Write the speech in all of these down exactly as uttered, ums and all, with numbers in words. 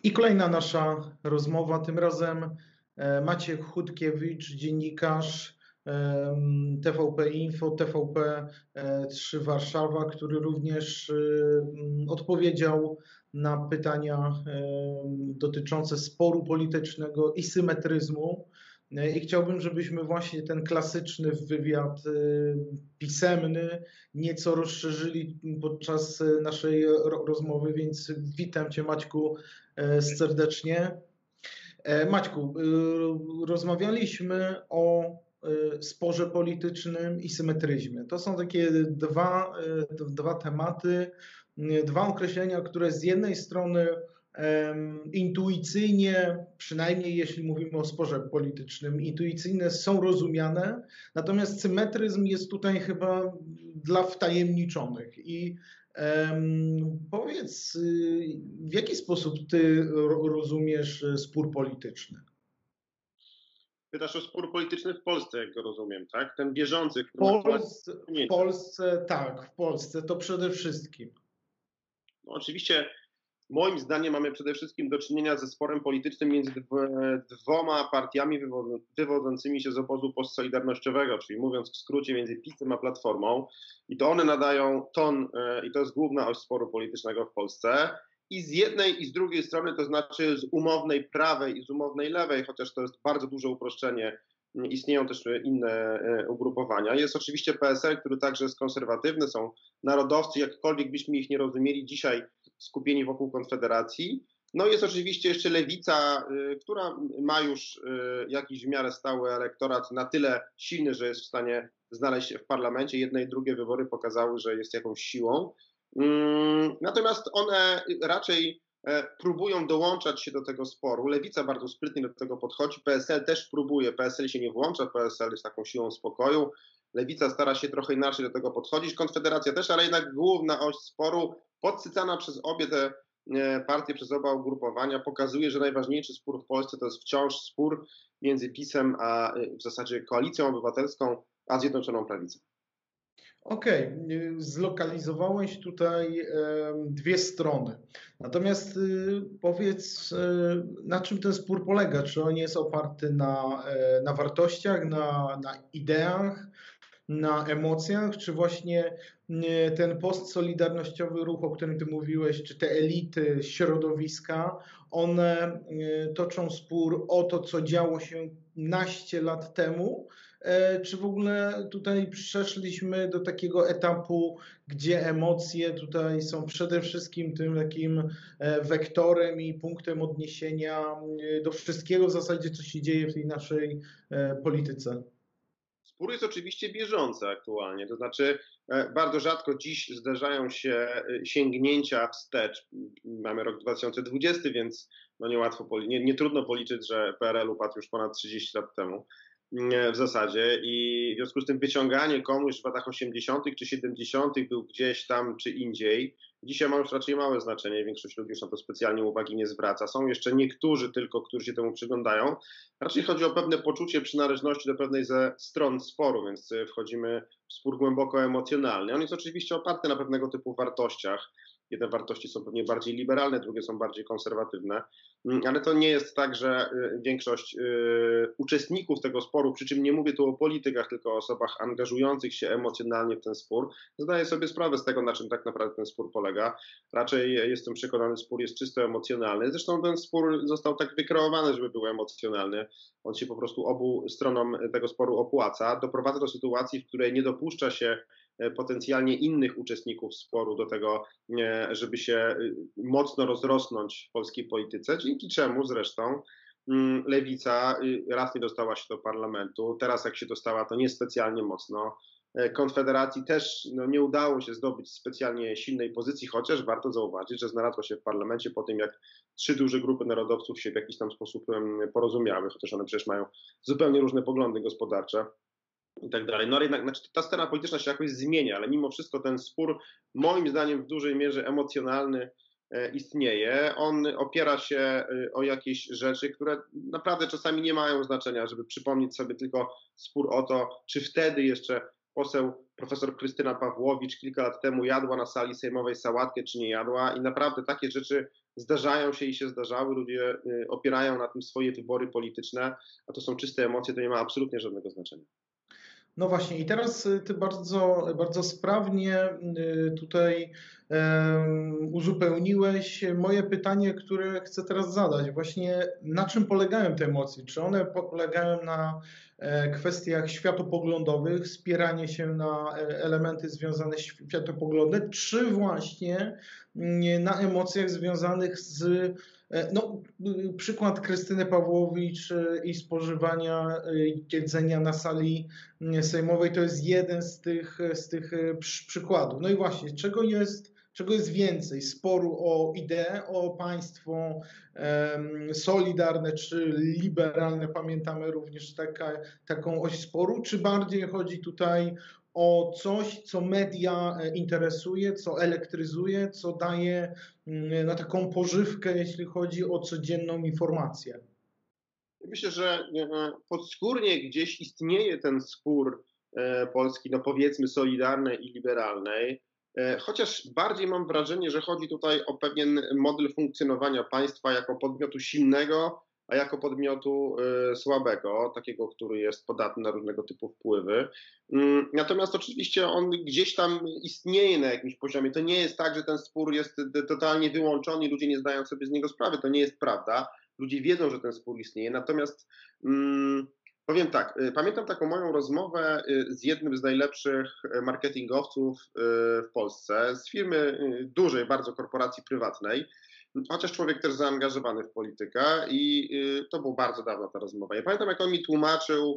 I kolejna nasza rozmowa, tym razem e, Maciek Chudkiewicz, dziennikarz em, T V P Info, T V P e, trzy Warszawa, który również e, m, odpowiedział na pytania em, dotyczące sporu politycznego i symetryzmu. E, I chciałbym, żebyśmy właśnie ten klasyczny wywiad e, pisemny nieco rozszerzyli podczas e, naszej ro- rozmowy, więc witam Cię, Maćku, e, serdecznie. E, Maćku, e, rozmawialiśmy o e, sporze politycznym i symetryzmie. To są takie dwa, e, d- dwa tematy, m, dwa określenia, które z jednej strony em, intuicyjnie, przynajmniej jeśli mówimy o sporze politycznym, intuicyjne są rozumiane, natomiast symetryzm jest tutaj chyba dla wtajemniczonych. I Em, powiedz, y, w jaki sposób ty ro- rozumiesz y, spór polityczny? Pytasz o spór polityczny w Polsce, jak go rozumiem, tak? Ten bieżący, W który aktualnie Polsce, w pamiętam. Polsce, tak, w Polsce to przede wszystkim. No, oczywiście, moim zdaniem, mamy przede wszystkim do czynienia ze sporem politycznym między dw- dwoma partiami wywo- wywodzącymi się z obozu postsolidarnościowego, czyli mówiąc w skrócie, między PiS-em a Platformą. I to one nadają ton, e, i to jest główna oś sporu politycznego w Polsce. I z jednej i z drugiej strony, to znaczy z umownej prawej i z umownej lewej, chociaż to jest bardzo duże uproszczenie, m, istnieją też inne e, ugrupowania. Jest oczywiście P S L, który także jest konserwatywny, są narodowcy, jakkolwiek byśmy ich nie rozumieli, dzisiaj skupieni wokół Konfederacji. No jest oczywiście jeszcze Lewica, y, która ma już y, jakiś w miarę stały elektorat na tyle silny, że jest w stanie znaleźć się w parlamencie. Jedne i drugie wybory pokazały, że jest jakąś siłą. Mm, Natomiast one raczej e, próbują dołączać się do tego sporu. Lewica bardzo sprytnie do tego podchodzi, P S L też próbuje, P S L się nie włącza, P S L jest taką siłą spokoju. Lewica stara się trochę inaczej do tego podchodzić, Konfederacja też, ale jednak główna oś sporu, podsycana przez obie te e, partie, przez oba ugrupowania, pokazuje, że najważniejszy spór w Polsce to jest wciąż spór między PiS-em a e, w zasadzie Koalicją Obywatelską, a Zjednoczoną Prawicą. Okej, y, zlokalizowałeś tutaj em, dwie strony. Natomiast y, powiedz, y, na czym ten spór polega? Czy on jest oparty na, e, na wartościach, na, na ideach, na emocjach, czy właśnie nie, ten postsolidarnościowy ruch, o którym ty mówiłeś, czy te elity, środowiska, one e, toczą spór o to, co działo się naście lat temu, e, czy w ogóle tutaj przeszliśmy do takiego etapu, gdzie emocje tutaj są przede wszystkim tym takim e, wektorem i punktem odniesienia e, do wszystkiego w zasadzie, co się dzieje w tej naszej e, polityce. Spór jest oczywiście bieżący aktualnie, to znaczy e, bardzo rzadko dziś zdarzają się e, sięgnięcia wstecz. Mamy rok dwa tysiące dwudziesty, więc no niełatwo, poli- nie, nie trudno policzyć, że P R L upadł już ponad trzydzieści lat temu e, w zasadzie i w związku z tym wyciąganie komuś w latach osiemdziesiątych czy siedemdziesiątych był gdzieś tam czy indziej, dzisiaj ma już raczej małe znaczenie, większość ludzi już na to specjalnie uwagi nie zwraca. Są jeszcze niektórzy tylko, którzy się temu przyglądają. Raczej chodzi o pewne poczucie przynależności do pewnej ze stron sporu, więc y, wchodzimy w spór głęboko emocjonalny. On jest oczywiście oparty na pewnego typu wartościach. Jedne wartości są pewnie bardziej liberalne, drugie są bardziej konserwatywne, Mm, ale to nie jest tak, że y, większość y, uczestników tego sporu, przy czym nie mówię tu o politykach, tylko o osobach angażujących się emocjonalnie w ten spór, zdaje sobie sprawę z tego, na czym tak naprawdę ten spór polega. Raczej jestem przekonany, spór jest czysto emocjonalny. Zresztą ten spór został tak wykreowany, żeby był emocjonalny. On się po prostu obu stronom tego sporu opłaca. Doprowadza do sytuacji, w której nie dopuszcza się e, potencjalnie innych uczestników sporu do tego, e, żeby się e, mocno rozrosnąć w polskiej polityce, dzięki czemu zresztą mm, Lewica e, raz nie dostała się do parlamentu, teraz jak się dostała, to niespecjalnie mocno. E, Konfederacji też no, nie udało się zdobyć specjalnie silnej pozycji, chociaż warto zauważyć, że znalazła się w parlamencie po tym, jak trzy duże grupy narodowców się w jakiś tam sposób em, porozumiały, chociaż one przecież mają zupełnie różne poglądy gospodarcze i tak dalej. No ale jednak znaczy, ta scena polityczna się jakoś zmienia, ale mimo wszystko ten spór, moim zdaniem, w dużej mierze emocjonalny e, istnieje. On opiera się e, o jakieś rzeczy, które naprawdę czasami nie mają znaczenia, żeby przypomnieć sobie tylko spór o to, czy wtedy jeszcze poseł profesor Krystyna Pawłowicz kilka lat temu jadła na sali sejmowej sałatkę, czy nie jadła i naprawdę takie rzeczy zdarzają się i się zdarzały. Ludzie opierają na tym swoje wybory polityczne, a to są czyste emocje, to nie ma absolutnie żadnego znaczenia. No właśnie, i teraz ty bardzo, bardzo sprawnie tutaj um, uzupełniłeś moje pytanie, które chcę teraz zadać. Właśnie na czym polegają te emocje? Czy one polegają na kwestiach światopoglądowych, spieranie się na elementy związane z światopoglądem, czy właśnie na emocjach związanych z no, przykład Krystyny Pawłowicz i spożywania jedzenia na sali sejmowej to jest jeden z tych, z tych przykładów. No i właśnie, czego jest, czego jest więcej? Sporu o ideę, o państwo um, solidarne czy liberalne, pamiętamy również taka, taką oś sporu, czy bardziej chodzi tutaj o coś, co media interesuje, co elektryzuje, co daje na taką pożywkę, jeśli chodzi o codzienną informację? Myślę, że podskórnie gdzieś istnieje ten spór Polski, no powiedzmy solidarnej i liberalnej, chociaż bardziej mam wrażenie, że chodzi tutaj o pewien model funkcjonowania państwa jako podmiotu silnego, a jako podmiotu słabego, takiego, który jest podatny na różnego typu wpływy. Natomiast oczywiście on gdzieś tam istnieje na jakimś poziomie. To nie jest tak, że ten spór jest totalnie wyłączony i ludzie nie zdają sobie z niego sprawy. To nie jest prawda. Ludzie wiedzą, że ten spór istnieje. Natomiast hmm, powiem tak, pamiętam taką moją rozmowę z jednym z najlepszych marketingowców w Polsce, z firmy dużej bardzo korporacji prywatnej, chociaż człowiek też zaangażowany w politykę i to było bardzo dawno ta rozmowa. Ja pamiętam, jak on mi tłumaczył,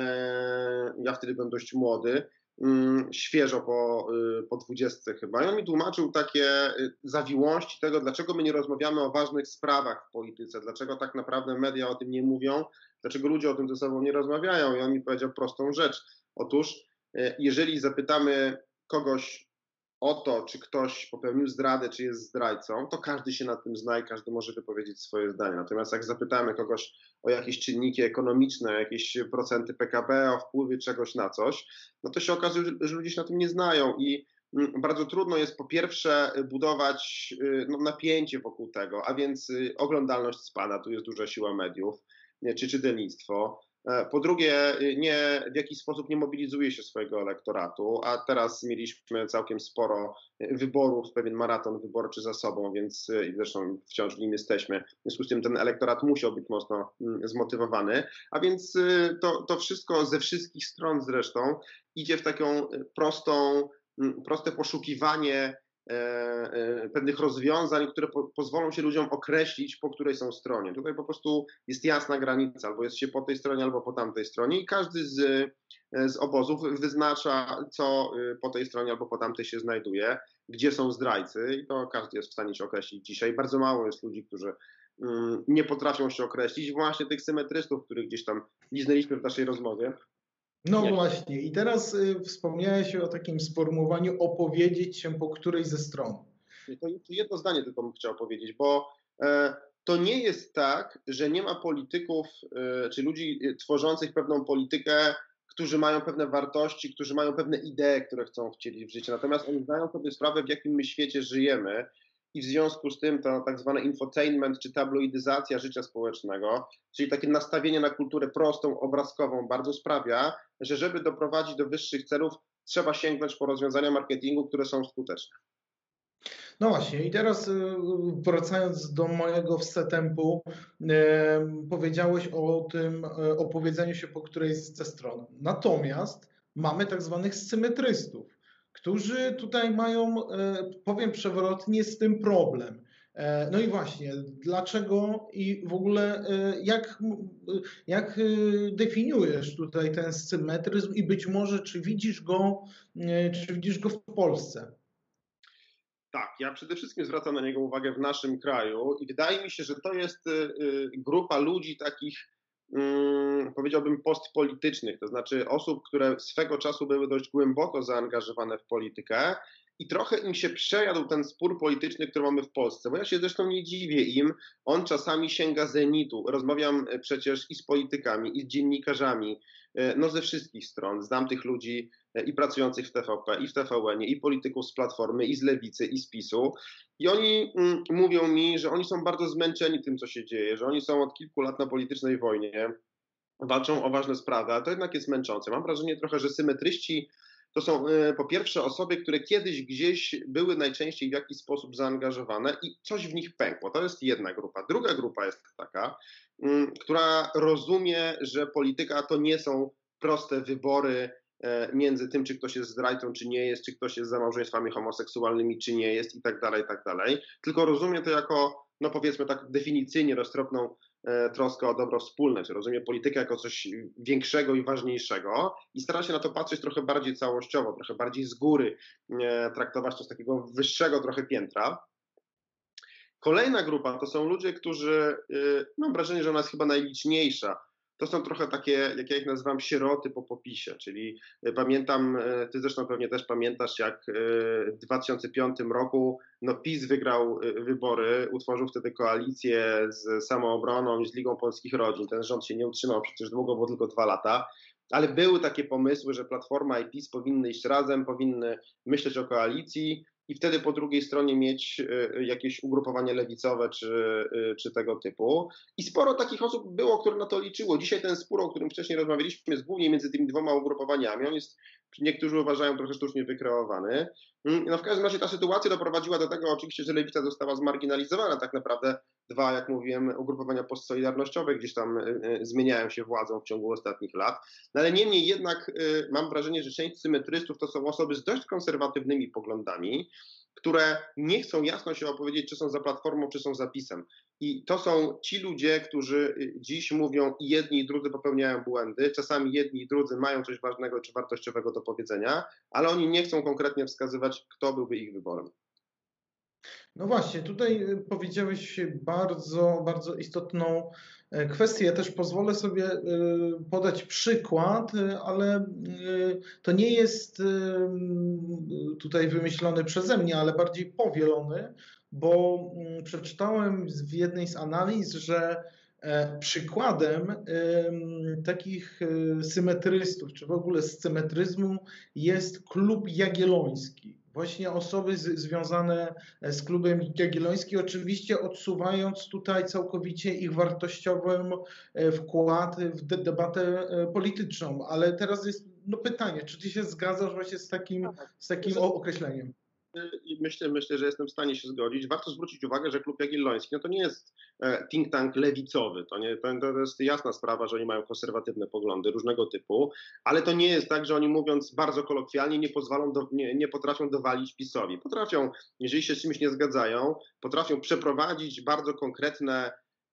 ja wtedy byłem dość młody, świeżo po, po dwudziestce chyba, i on mi tłumaczył takie zawiłości tego, dlaczego my nie rozmawiamy o ważnych sprawach w polityce, dlaczego tak naprawdę media o tym nie mówią, dlaczego ludzie o tym ze sobą nie rozmawiają, i on mi powiedział prostą rzecz. Otóż jeżeli zapytamy kogoś o to, czy ktoś popełnił zdradę, czy jest zdrajcą, to każdy się na tym zna i każdy może wypowiedzieć swoje zdanie. Natomiast jak zapytamy kogoś o jakieś czynniki ekonomiczne, jakieś procenty P K B, o wpływie czegoś na coś, no to się okazuje, że ludzie się na tym nie znają i bardzo trudno jest po pierwsze budować no, napięcie wokół tego, a więc oglądalność spada, tu jest duża siła mediów, czy czytelnictwo. Po drugie, nie, w jakiś sposób nie mobilizuje się swojego elektoratu, a teraz mieliśmy całkiem sporo wyborów, pewien maraton wyborczy za sobą, więc zresztą wciąż w nim jesteśmy. W związku z tym ten elektorat musiał być mocno zmotywowany, a więc to, to wszystko ze wszystkich stron zresztą idzie w taką prostą, proste poszukiwanie pewnych rozwiązań, które po, pozwolą się ludziom określić, po której są stronie. Tutaj po prostu jest jasna granica, albo jest się po tej stronie, albo po tamtej stronie i każdy z, z obozów wyznacza, co po tej stronie albo po tamtej się znajduje, gdzie są zdrajcy i to każdy jest w stanie się określić dzisiaj. Bardzo mało jest ludzi, którzy um, nie potrafią się określić, właśnie tych symetrystów, których gdzieś tam liznęliśmy w naszej rozmowie. No nie. Właśnie, i teraz y, wspomniałeś o takim sformułowaniu opowiedzieć się po której ze stron. To, to jedno zdanie tylko bym chciał powiedzieć, bo e, to nie jest tak, że nie ma polityków e, czy ludzi tworzących pewną politykę, którzy mają pewne wartości, którzy mają pewne idee, które chcą wcielić w życie. Natomiast oni zdają sobie sprawę, w jakim my świecie żyjemy i w związku z tym to tak zwane infotainment czy tabloidyzacja życia społecznego, czyli takie nastawienie na kulturę prostą, obrazkową bardzo sprawia, że żeby doprowadzić do wyższych celów, trzeba sięgnąć po rozwiązania marketingu, które są skuteczne. No właśnie, i teraz wracając do mojego wstępu, powiedziałeś o tym opowiedzeniu się po którejś ze stron. Natomiast mamy tak zwanych symetrystów, którzy tutaj mają, powiem przewrotnie, z tym problem. No i właśnie, dlaczego i w ogóle jak, jak definiujesz tutaj ten symetryzm i być może czy widzisz go, czy widzisz go w Polsce? Tak, ja przede wszystkim zwracam na niego uwagę w naszym kraju i wydaje mi się, że to jest grupa ludzi takich, powiedziałbym, postpolitycznych, to znaczy osób, które swego czasu były dość głęboko zaangażowane w politykę i trochę im się przejadł ten spór polityczny, który mamy w Polsce, bo ja się zresztą nie dziwię im, on czasami sięga zenitu. Rozmawiam przecież i z politykami, i z dziennikarzami, no ze wszystkich stron. Znam tych ludzi i pracujących w T V P, i w T V N-ie, i polityków z Platformy, i z Lewicy, i z PiSu. I oni mm, mówią mi, że oni są bardzo zmęczeni tym, co się dzieje, że oni są od kilku lat na politycznej wojnie, walczą o ważne sprawy, a to jednak jest męczące. Mam wrażenie trochę, że symetryści to są po pierwsze osoby, które kiedyś gdzieś były najczęściej w jakiś sposób zaangażowane i coś w nich pękło. To jest jedna grupa. Druga grupa jest taka, która rozumie, że polityka to nie są proste wybory między tym, czy ktoś jest zdrajcą, czy nie jest, czy ktoś jest za małżeństwami homoseksualnymi, czy nie jest i tak dalej, i tak dalej. Tylko rozumie to jako, no powiedzmy tak definicyjnie roztropną troskę o dobro wspólne, czy rozumie politykę jako coś większego i ważniejszego i stara się na to patrzeć trochę bardziej całościowo, trochę bardziej z góry, traktować to z takiego wyższego trochę piętra. Kolejna grupa to są ludzie, którzy, mam wrażenie, że ona jest chyba najliczniejsza. To są trochę takie, jak ja ich nazywam, sieroty po popisie, czyli pamiętam, ty zresztą pewnie też pamiętasz, jak w dwa tysiące piątym roku no PiS wygrał wybory, utworzył wtedy koalicję z Samoobroną i z Ligą Polskich Rodzin. Ten rząd się nie utrzymał przecież długo, bo tylko dwa lata, ale były takie pomysły, że Platforma i PiS powinny iść razem, powinny myśleć o koalicji i wtedy po drugiej stronie mieć jakieś ugrupowanie lewicowe czy, czy tego typu. I sporo takich osób było, które na to liczyło. Dzisiaj ten spór, o którym wcześniej rozmawialiśmy, jest głównie między tymi dwoma ugrupowaniami. On jest, niektórzy uważają, trochę sztucznie wykreowany. No w każdym razie ta sytuacja doprowadziła do tego oczywiście, że lewica została zmarginalizowana. Tak naprawdę dwa, jak mówiłem, ugrupowania postsolidarnościowe gdzieś tam zmieniają się władzą w ciągu ostatnich lat. No ale niemniej jednak mam wrażenie, że część symetrystów to są osoby z dość konserwatywnymi poglądami, które nie chcą jasno się opowiedzieć, czy są za Platformą, czy są za PiS-em. I to są ci ludzie, którzy dziś mówią i jedni i drudzy popełniają błędy, czasami jedni i drudzy mają coś ważnego czy wartościowego do powiedzenia, ale oni nie chcą konkretnie wskazywać, kto byłby ich wyborem. No właśnie, tutaj powiedziałeś bardzo, bardzo istotną kwestię. Ja też pozwolę sobie podać przykład, ale to nie jest tutaj wymyślony przeze mnie, ale bardziej powielony, bo przeczytałem w jednej z analiz, że przykładem takich symetrystów, czy w ogóle scymetryzmu jest Klub Jagielloński. Właśnie osoby z, związane z Klubem Jagiellońskim, oczywiście odsuwając tutaj całkowicie ich wartościowy wkład w de debatę polityczną. Ale teraz jest no, pytanie, czy ty się zgadzasz właśnie z takim, z takim określeniem? Myślę, myślę, że jestem w stanie się zgodzić. Warto zwrócić uwagę, że Klub Jagielloński no to nie jest think tank lewicowy. To, nie, to, to jest jasna sprawa, że oni mają konserwatywne poglądy różnego typu, ale to nie jest tak, że oni mówiąc bardzo kolokwialnie nie, pozwolą do, nie, nie potrafią dowalić PiS-owi. Potrafią, jeżeli się z czymś nie zgadzają, potrafią przeprowadzić bardzo konkretne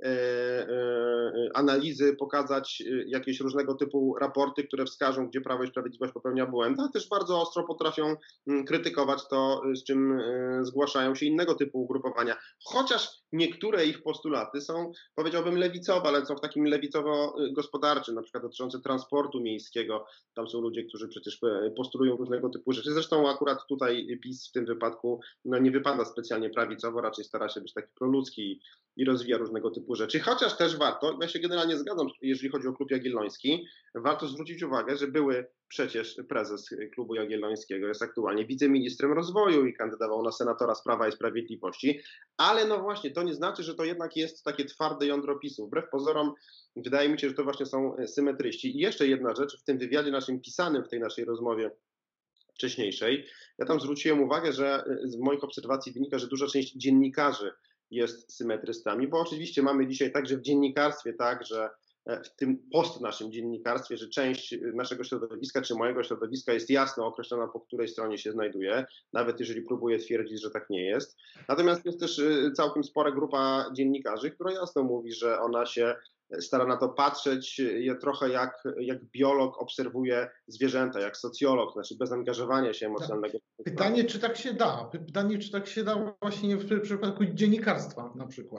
analizy, pokazać jakieś różnego typu raporty, które wskażą, gdzie Prawo i Sprawiedliwość popełnia błędy, a też bardzo ostro potrafią krytykować to, z czym zgłaszają się innego typu ugrupowania. Chociaż niektóre ich postulaty są, powiedziałbym, lewicowe, ale są w takim lewicowo-gospodarczym, na przykład dotyczące transportu miejskiego. Tam są ludzie, którzy przecież postulują różnego typu rzeczy. Zresztą akurat tutaj PiS w tym wypadku no, nie wypada specjalnie prawicowo, raczej stara się być taki proludzki i rozwija różnego typu rzeczy. Chociaż też warto, ja się generalnie zgadzam, jeżeli chodzi o Klub Jagielloński, warto zwrócić uwagę, że były przecież prezes Klubu Jagiellońskiego, jest aktualnie wiceministrem rozwoju i kandydował na senatora z Prawa i Sprawiedliwości, ale no właśnie, to nie znaczy, że to jednak jest takie twarde jądro PiS-u. Wbrew pozorom wydaje mi się, że to właśnie są symetryści. I jeszcze jedna rzecz, w tym wywiadzie naszym pisanym, w tej naszej rozmowie wcześniejszej, ja tam zwróciłem uwagę, że z moich obserwacji wynika, że duża część dziennikarzy jest symetrystami, bo oczywiście mamy dzisiaj także w dziennikarstwie tak, że w tym post naszym dziennikarstwie, że część naszego środowiska czy mojego środowiska jest jasno określona, po której stronie się znajduje, nawet jeżeli próbuje twierdzić, że tak nie jest. Natomiast jest też całkiem spora grupa dziennikarzy, która jasno mówi, że ona się stara na to patrzeć trochę jak, jak biolog obserwuje zwierzęta, jak socjolog, znaczy bez angażowania się emocjonalnego. Pytanie, czy tak się da? Pytanie, czy tak się da właśnie w przypadku dziennikarstwa na przykład?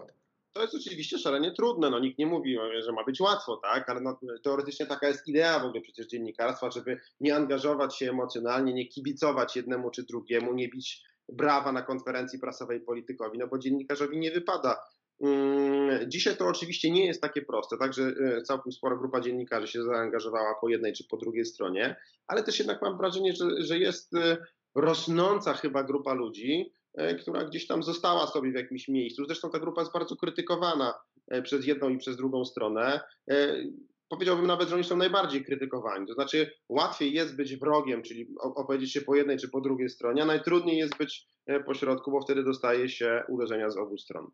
To jest oczywiście szalenie trudne. No, nikt nie mówi, że ma być łatwo, tak? Ale no, teoretycznie taka jest idea w ogóle przecież dziennikarstwa, żeby nie angażować się emocjonalnie, nie kibicować jednemu czy drugiemu, nie bić brawa na konferencji prasowej politykowi, no bo dziennikarzowi nie wypada. Dzisiaj to oczywiście nie jest takie proste, także całkiem spora grupa dziennikarzy się zaangażowała po jednej czy po drugiej stronie, ale też jednak mam wrażenie, że, że jest rosnąca chyba grupa ludzi, która gdzieś tam została sobie w jakimś miejscu. Zresztą ta grupa jest bardzo krytykowana przez jedną i przez drugą stronę. Powiedziałbym nawet, że oni są najbardziej krytykowani. To znaczy łatwiej jest być wrogiem, czyli opowiedzieć się po jednej czy po drugiej stronie, a najtrudniej jest być po środku, bo wtedy dostaje się uderzenia z obu stron.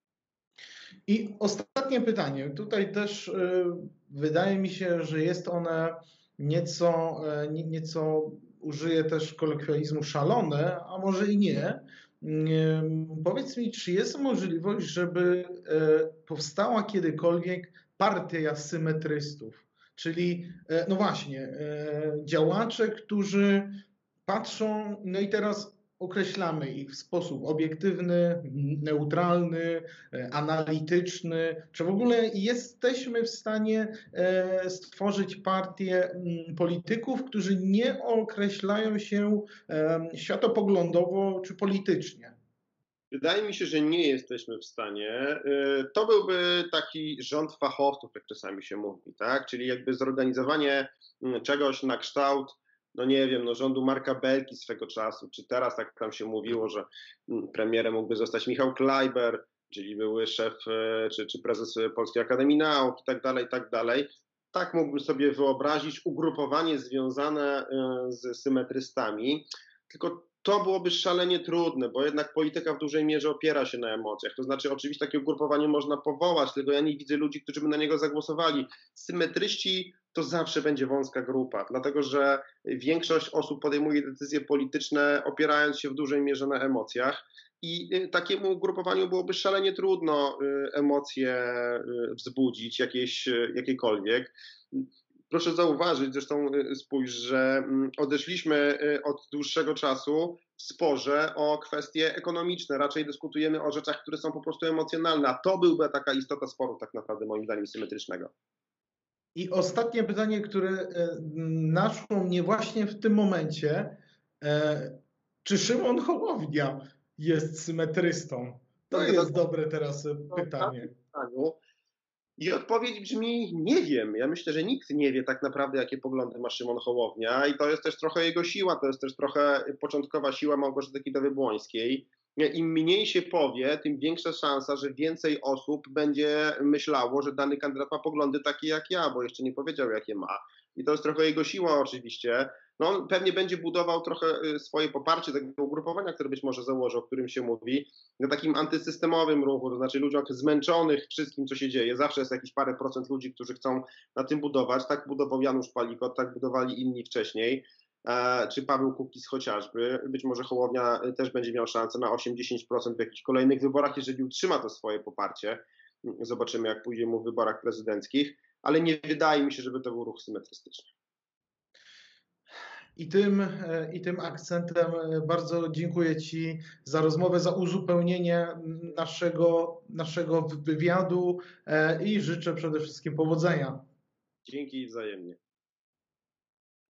I ostatnie pytanie. Tutaj też y, wydaje mi się, że jest one nieco, y, nieco użyję też kolokwializmu szalone, a może i nie. Y, powiedz mi, czy jest możliwość, żeby y, powstała kiedykolwiek partia symetrystów? Czyli, y, no właśnie, y, działacze, którzy patrzą, no i teraz określamy ich w sposób obiektywny, neutralny, analityczny. Czy w ogóle jesteśmy w stanie stworzyć partię polityków, którzy nie określają się światopoglądowo czy politycznie? Wydaje mi się, że nie jesteśmy w stanie. To byłby taki rząd fachowców, jak czasami się mówi, tak? Czyli jakby zorganizowanie czegoś na kształt, no nie wiem, no rządu Marka Belki swego czasu, czy teraz tak tam się mówiło, że premierem mógłby zostać Michał Klajber, czyli były szef czy, czy prezes Polskiej Akademii Nauk i tak dalej, i tak dalej. Tak mógłbym sobie wyobrazić ugrupowanie związane z symetrystami, tylko to byłoby szalenie trudne, bo jednak polityka w dużej mierze opiera się na emocjach. To znaczy, oczywiście takie ugrupowanie można powołać, tylko ja nie widzę ludzi, którzy by na niego zagłosowali. Symetryści to zawsze będzie wąska grupa, dlatego że większość osób podejmuje decyzje polityczne opierając się w dużej mierze na emocjach i takiemu ugrupowaniu byłoby szalenie trudno emocje wzbudzić, jakieś, jakiekolwiek. Proszę zauważyć, zresztą spójrz, że odeszliśmy od dłuższego czasu w sporze o kwestie ekonomiczne. Raczej dyskutujemy o rzeczach, które są po prostu emocjonalne, a to byłby taka istota sporu tak naprawdę moim zdaniem symetrycznego. I ostatnie pytanie, które naszło mnie właśnie w tym momencie. Czy Szymon Hołownia jest symetrystą? To jest dobre teraz pytanie. I odpowiedź brzmi, nie wiem. Ja myślę, że nikt nie wie tak naprawdę, jakie poglądy ma Szymon Hołownia i to jest też trochę jego siła, to jest też trochę początkowa siła Małgorzaty Kidawy-Błońskiej. Im mniej się powie, tym większa szansa, że więcej osób będzie myślało, że dany kandydat ma poglądy takie jak ja, bo jeszcze nie powiedział, jakie ma. I to jest trochę jego siła oczywiście. No on pewnie będzie budował trochę swoje poparcie tego ugrupowania, które być może założył, o którym się mówi, na takim antysystemowym ruchu, to znaczy ludziom zmęczonych wszystkim, co się dzieje. Zawsze jest jakiś parę procent ludzi, którzy chcą na tym budować. Tak budował Janusz Palikot, tak budowali inni wcześniej, czy Paweł Kukiz chociażby. Być może Hołownia też będzie miał szansę na osiem do dziesięciu procent w jakichś kolejnych wyborach, jeżeli utrzyma to swoje poparcie. Zobaczymy, jak pójdzie mu w wyborach prezydenckich, ale nie wydaje mi się, żeby to był ruch symetrystyczny. I tym, I tym akcentem bardzo dziękuję Ci za rozmowę, za uzupełnienie naszego, naszego wywiadu i życzę przede wszystkim powodzenia. Dzięki i wzajemnie.